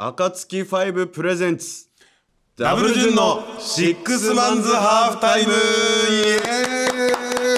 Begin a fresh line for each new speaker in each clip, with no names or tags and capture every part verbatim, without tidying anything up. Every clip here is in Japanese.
暁ファイブプレゼンツ
ダブルジュンのシックスマンズハーフタイム。イエーイ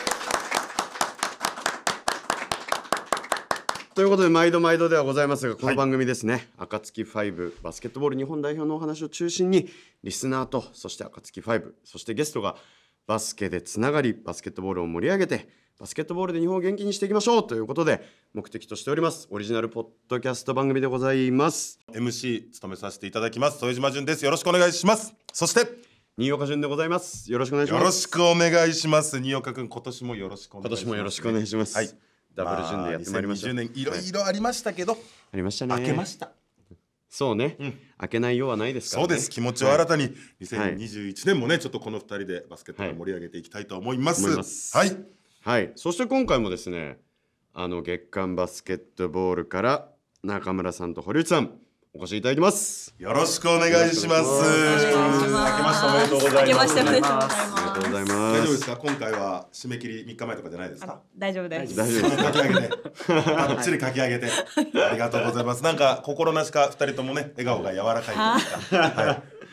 ということで毎度毎度ではございますが、この番組ですね、はい、暁ファイブバスケットボール日本代表のお話を中心にリスナーとそして暁ファイブそしてゲストがバスケでつながりバスケットボールを盛り上げてバスケットボールで日本を元気にしていきましょうということで目的としておりますオリジナルポッドキャスト番組でございます。
エムシー 務めさせていただきます副島淳です。よろしくお願いします。そして
新岡淳でございます。よろしくお願いします。
よろしくお願いします。新岡くん今年もよろしくお願いします。
今年もよろしくお願いします、はい、ダブル順でやってまいりました。
にせんにじゅうねんいろいろありましたけど、はい、
ありましたね。
明けました。
そうね、うん、明けないようはないですからね。
そうです。気持ちを新たに、はい、にせんにじゅういちねんもねちょっとこのふたりでバスケットを盛り上げていきたいと思います。はい、はい
はい、そして今回もですねあの月刊バスケットボールから中村さんと堀内さんお越しいただきます。
よろしくお願いします。明けましておめでとうございます。
明けましておめでとうございます。
ありがとうございます。
大丈夫ですか。今回は締め切りみっかまえとかじゃないですか。
大丈夫です。
大丈夫です。
書き上げてバッチリ書き上げてありがとうございます。なんか心なしかふたりともね笑顔が柔らかいというか、はい、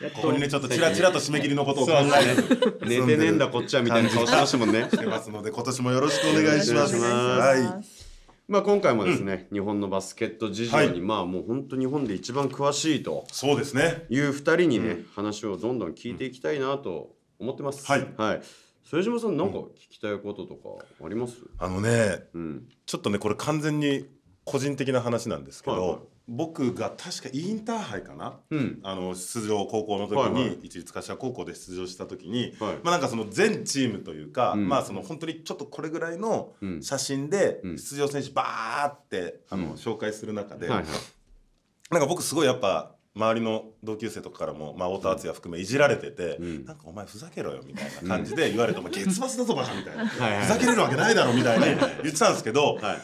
ここにねちょっとチラチラと締め切りのことを考えて
寝てねえんだこっちはみたいな顔してましたもんね。
してますので今年もよろしくお願いします。はい。
まあ今回もですね、うん、日本のバスケット事情に、はい、まあもう本当日本で一番詳しいと
そうですね
いうふたりにね、うん、話をどんどん聞いていきたいなと思ってます。
はい、
はい、副島さんなんか聞きたいこととかあります？
あのね、
うん、
ちょっとねこれ完全に個人的な話なんですけど、はいはい、僕が確かインターハイかな、うん、あの出場高校の時に、はいはい、一律柏高校で出場した時に、はい、まあなんかその全チームというか、うん、まあその本当にちょっとこれぐらいの写真で出場選手バーってあの、うん、紹介する中で、はいはい、なんか僕すごいやっぱ周りの同級生とかからも、まあ、太田敦也含めいじられてて、うん、なんかお前ふざけろよみたいな感じで言われても月バスだぞバカみたいなふざけれるわけないだろみたいな言ってたんですけど、はい、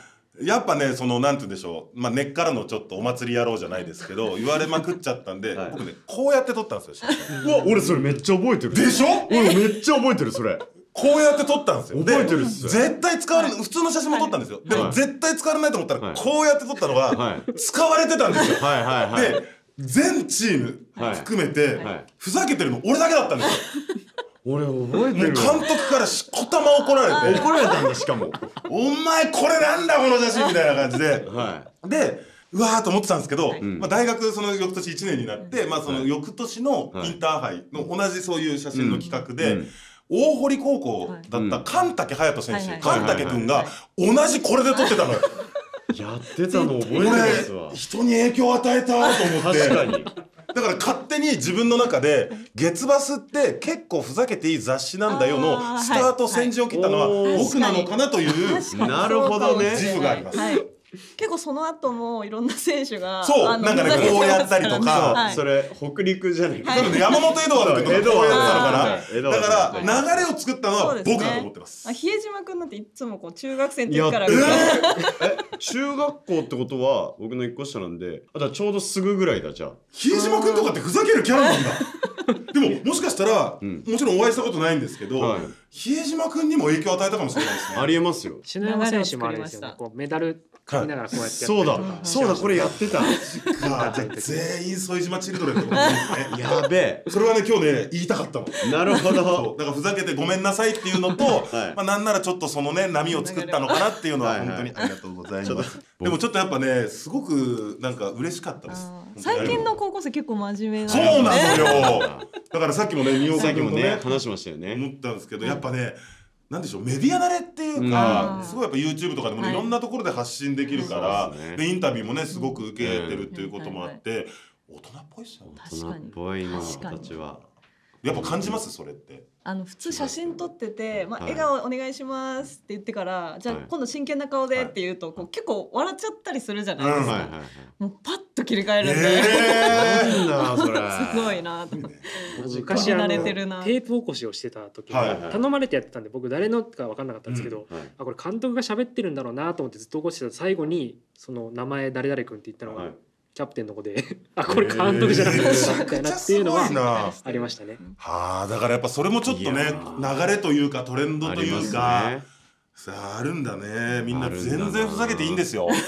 やっぱねそのなんて言うんでしょう、まあ、根っからのちょっとお祭り野郎じゃないですけど言われまくっちゃったんで、はい、僕ねこうやって撮ったんですよ。
うわ俺それめっちゃ覚えてる
でしょ。
俺めっちゃ覚えてるそれ
こうやって撮ったんですよ。
覚えてるっす。
絶対使われない、普通の写真も撮ったんですよ、はい、でも絶対使われないと思ったら、はい、こうやって撮ったのが使われてたんですよ。はいはいはい、で全チーム含めて、はい、ふざけてるの俺だけだったんですよ。
俺覚えてる。
もう監督からしこたま怒られて
怒られたんだしかも
お前これなんだこの写真みたいな感じで、
はい、
でうわーと思ってたんですけど、はい、まあ、大学その翌年いちねんになって、まあ、その翌年のインターハイの同じそういう写真の企画で、うんうん、大堀高校だった神武隼人選手、神武君が同じこれで撮ってたのよ。
やってたの覚えてますわ。
俺人に影響を与えたと思って
確かに
だから勝手に自分の中で月バスって結構ふざけていい雑誌なんだよのスタート先陣を切ったのは僕なのかなという
なるほどね
自負があります。
はい、結構その後もいろんな選手が
そうなんかねこうやったりとか、
はい、それ北陸じゃないか、
はい、山本エドワード君とかこうやってたのかな。だから流れを作ったのは僕だと思ってます。
ね、比江島君なんていつもこう中学生の時から
えー、中学校ってことは僕のいっこ下なんであとちょうどすぐぐらいだ。じゃあ
比江島君とかってふざけるキャラなんだでももしかしたら、うん、もちろんお会いしたことないんですけど、はい、比江島君にも影響を与えたかもしれないですね。
ありえますよ。
篠山選手もあれですよね、こうメダル噛みながらこうやってやって
そうだそうだこれやってた
あじゃあ全員副島チルドレンってことですね。
やべえ
それはね今日ね言いたかったの。
なるほど。
だからふざけてごめんなさいっていうのと、はい、まあなんならちょっとそのね波を作ったのかなっていうのは本当にありがとうございます。でもちょっとやっぱねすごくなんか嬉しかったです。
最近の高校生結構真面目な、
ね、そうなのよだからさっきもね新岡君とね
話しましたよね。
思ったんですけどやっぱねなんでしょうメディア慣れっていうか、うん、すごいやっぱ YouTube とかでも、ね、はい、いろんなところで発信できるから、はい、でインタビューもねすごく受けてるっていうこともあって、うん、大人っぽいっすよね。
大人っぽいのたちは
やっぱ感じますそれって。
あの普通写真撮ってて、まあ、笑顔お願いしますって言ってから、はい、じゃあ今度真剣な顔でって言うとこう結構笑っちゃったりするじゃないですか、はいはいはい、もうパッと切り替えるんで、
えー、なんだそれ
すごいなと
昔あのテープ起こしをしてた時に、はいはい、頼まれてやってたんで僕誰のか分かんなかったんですけど、うんはい、あこれ監督が喋ってるんだろうなと思ってずっと起こしてた最後にその名前誰々君って言ったのが、はい、キャプテンの子であこれ監督じゃなくてよかったなっていうのはありましたね。
はあだからやっぱそれもちょっとね流れというかトレンドというかあ、ね、さああるんだね。みんな全然ふざけていいんですよ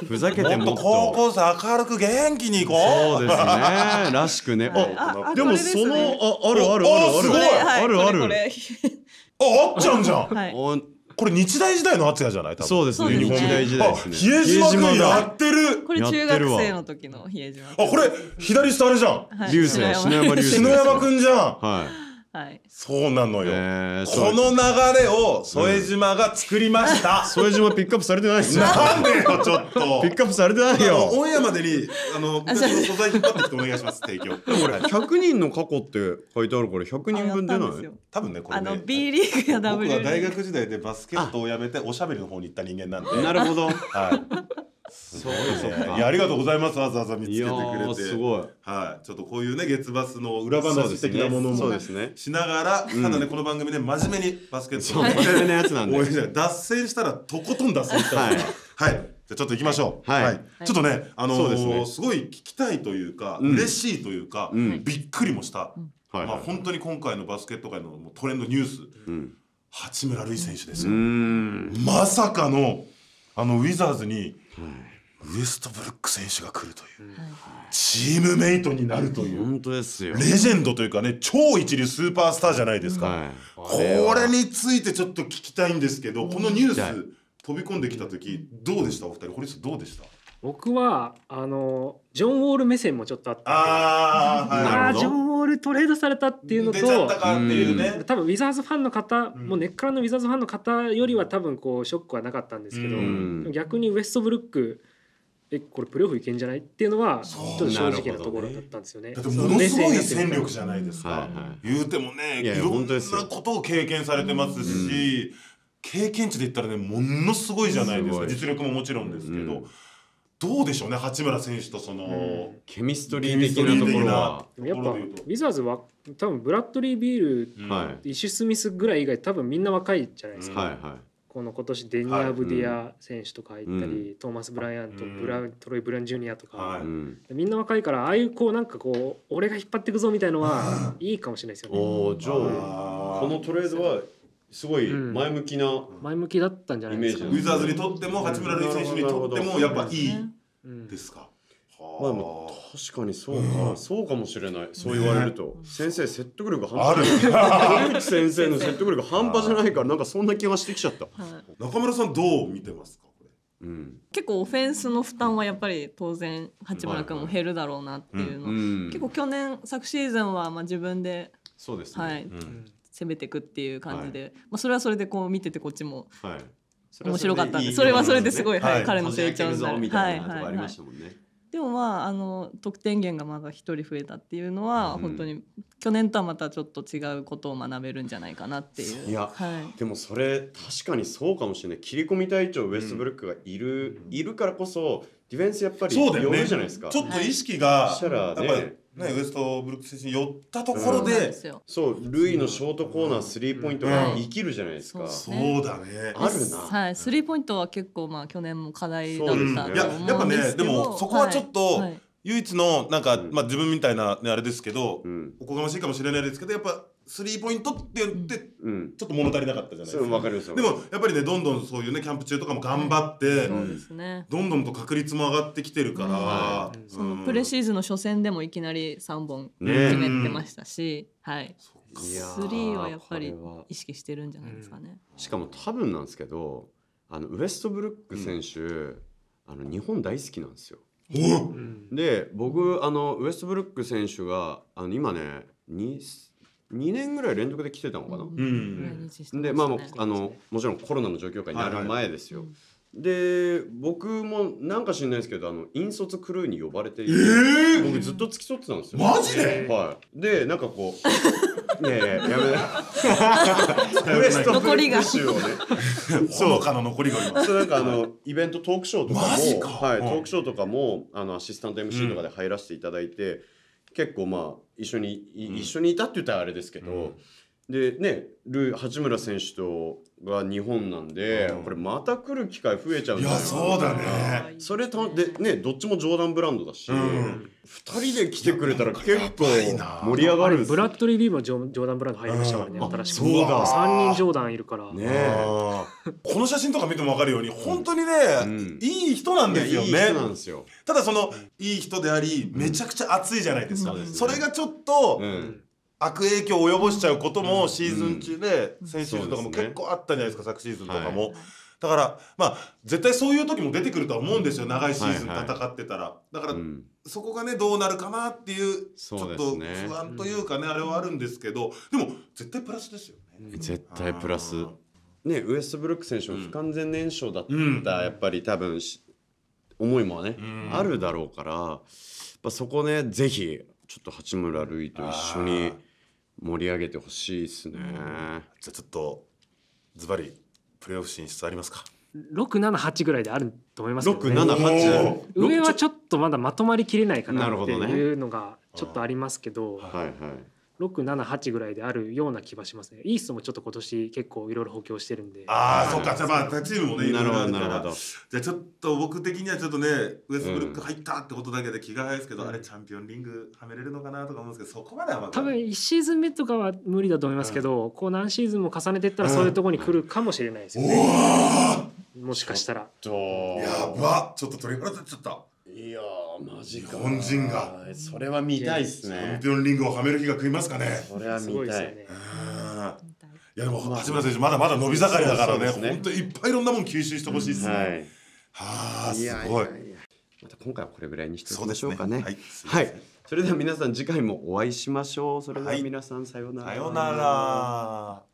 ふざけてもっと
もっと高校生明るく元気にいこう。
そうですねらしくね。あでもそのああるあるある
あすごい
あるある。
ああっちゃんじゃん。
はい
これ日大時代の敦也じゃない？多分
そうですね、日大時代ですね。
比江島君やってる。
これ中学生の時の比江島。
あこれ左下あれじゃん。
流星、篠山流星。
篠山君じゃん。
はい。
はい、
そうなのよ、
えー、
この流れを副島が作りました。
副島ピックアップされてないですよ。
なんでよちょっと
ピックアップされてないよ。
オンエアまでにあの昔の素材引っ張ってきてお願いします。提供。
でもこれひゃくにんの過去って書いてあるからひゃくにんぶん出ない？
多分ねこれね
あの B リーグや W リーグ。
僕は大学時代でバスケットをやめておしゃべりの方に行った人間なんで。
なるほど。
はい。そうですね。いやありがとうございます。わざわざ見つけてくれて。
すごい。
はい。ちょっとこういうね月バスの裏話的なものもしながら、ただねこの番組で真面目にバスケットを
真面目なやつなんで。
脱線したらとことん脱線した。はい。はい。じゃあちょっと行きましょう。はい。ちょっとねあのすごい聞きたいというか嬉しいというかびっくりもした。まあ本当に今回のバスケット界のトレンドニュース。八村塁選手ですよ。まさかのあのウィザーズにウエストブルック選手が来るというチームメイトになるという
本当ですよ。
レジェンドというかね超一流スーパースターじゃないですか。これについてちょっと聞きたいんですけど、このニュース飛び込んできた時どうでした？お二人堀内さんどうでした？
僕はあのジョン・ウォール目線もちょっとあったんで、
あー、はい、
あージョン・ウォールトレードされたっていうのと、
出ちゃったかっていうね、
多分ウィザーズファンの方、もう根っからのウィザーズファンの方よりは多分こうショックはなかったんですけど、逆にウエストブルックえこれプレーオフいけんじゃないっていうのはちょっと正直なところだったんですよね。
だってものすごい戦力じゃないですか。言うてもね、いろんなことを経験されてますし、経験値で言ったらねものすごいじゃないですか。実力ももちろんですけど。どうでしょうね、八村選手とその、うん、
ケミストリー的なところは
やっぱウィザーズは多分ブラッドリー・ビール、うん、イシュ・スミスぐらい以外多分みんな若いじゃないですか、うんはいはい、この今年デニア・ブディア選手とか入ったり、はい、トーマス・ブライアント、うん、ブラウントロイ・ブラウン・ジュニアとか、はい、みんな若いからああいうこうなんかこう俺が引っ張っていくぞみたいのはいいかもしれないですよね。
おじゃあこのトレードはすごい前向きな、うん、
前向きだったんじゃないですか、
ウィザーズにとっても八村塁選手にとってもやっぱいいですか。
まあ、確かにそうか、うん、そうかもしれない。そう言われると、ね、先生説得力が半端ない。堀内先生の説得力が半端じゃないからなんかそんな気がしてきちゃった。
中村さんどう見てますか？これ、
うん、結構オフェンスの負担はやっぱり当然八村君も減るだろうなっていうの、うん、結構去年昨シーズンはまあ自分で
そうですね、
はいうん、攻めていくっていう感じで、はい、まあ、それはそれでこう見ててこっちも、はい、面白かったんで、それはそれですごい、はいはい、彼の成長になるみたいなとこありましたもんね。でもまああの得点源がまだ一人増えたっていうのは、うん、本当に去年とはまたちょっと違うことを学べるんじゃないかなっていう。
いや、はい、でもそれ確かにそうかもしれない。切り込み隊長ウエストブルックがいる、うん、いるからこそディフェンスやっぱり寄るじゃないですか。
ちょっと意識が、
はい、したらね。
ね、ウエストブルック選手に寄ったところで、うん、
そうルイのショートコーナースリーポイントが生きるじゃないですか、うん、
そうね、そうだね、
あるな、はい、スリーポイントは結構まあ去年も課題だったと思うんですけど、
うん、や, やっぱねでもそこはちょっと、はいはい、唯一のなんか、まあ、自分みたいな、ね、あれですけど、うん、おこがましいかもしれないですけどやっぱスリーポイントって言って、うん、ちょっと物足りなかったじゃないですか。
分かります。
でもやっぱりねどんどんそういうねキャンプ中とかも頑張って、
そうですね、
どんどんと確率も上がってきてるから、
うん、そのプレシーズンの初戦でもいきなりさんぼん決めてましたし、ね、はい、スリーはやっぱり意識してるんじゃないですかね。
しかも多分なんですけどあのウエストブルック選手、うん、あの日本大好きなんですよ。で僕あのウエストブルック選手があの今ね 2, にねんぐらい連続で来てたのかな、うん、でまああのもちろんコロナの状況下になる前ですよ、はいはい、で僕もなんか知んないですけどあの引率クルーに呼ばれていて、えー、僕ずっと付き添ってたんですよ。
マジで？
はい。でなんかこういやいややめなウエストブルック州をね
ほのかの残りが今
そうなんかあのイベントトークショーとかも
マジか、
はい、トークショーとかもあのアシスタント エムシー とかで入らせていただいて、うん、結構まあ一緒に、うん、一緒にいたって言ったらあれですけど、うん、 でね、ル八村選手とが日本なんで、うん、これまた来る機会増えちゃうん
だよ。いやそうだね。
それとでね、どっちもジョーダンブランドだし、うん、ふたりで来てくれたら結構盛り上がるんです。
ブラッドリー・ビーもジョーダンブランド入りましたからね、うん、新しく。そうだ。さんにんジョーダンいるからね。
この写真とか見ても分かるように本当にね、うん、いい人なんですよね。いい人なんですよ。ただそのいい人でありめちゃくちゃ熱いじゃないですか。うん、それがちょっと、うん悪影響を及ぼしちゃうこともシーズン中で、先シーズンとかも結構あったじゃないですか、昨シーズンとかも。だからまあ絶対そういう時も出てくるとは思うんですよ、長いシーズン戦ってたら。だからそこがねどうなるかなっていうちょっと不安というかね、あれはあるんですけど、でも絶対プラスですよね。
絶対プラスね。ウエストブルック選手も不完全燃焼だったやっぱり多分思いもねあるだろうから、そこねぜひちょっと八村塁と一緒に盛り上げてほしいですね。じゃ
あちょっとズバリプレーオフ進出ありますか？
ろく、なな、はちぐらいであると思いますけどね。
ろく、なな、はち
上はちょっとまだまとまりきれないかなっていうのがちょっとありますけど、
はいはい、
ろく、なな、はちぐらいであるような気はしますね。イーストもちょっと今年結構いろいろ補強してるんで。
ああ、そうか。じゃあまあ他チームもねいろいろあるから。じゃあちょっと僕的にはちょっとねウエストブルック入ったってことだけで気が早いですけど、うん、あれチャンピオンリングはめれるのかなとか思うんですけど、そこまではまだ
多分いちシーズン目とかは無理だと思いますけど、うん、こう何シーズンも重ねていったらそういうところに来るかもしれないですよね。うん、もしかしたら。
やば、ちょっと鳥肌立っちゃった。
いやーマジか。
日本人が
それは見たいですね。
チャンピオンリングをはめる日が来ますかね。
それは見たい。
いやでも八村選手まだまだ伸び盛りだからね、本当にいっぱいいろんなもん吸収してほしいですね。はあ、すごい。
また今回はこれぐらいにしておきましょうかね。はい。それでは皆さん次回もお会いしましょう。それでは皆さんさようなら。
さようなら。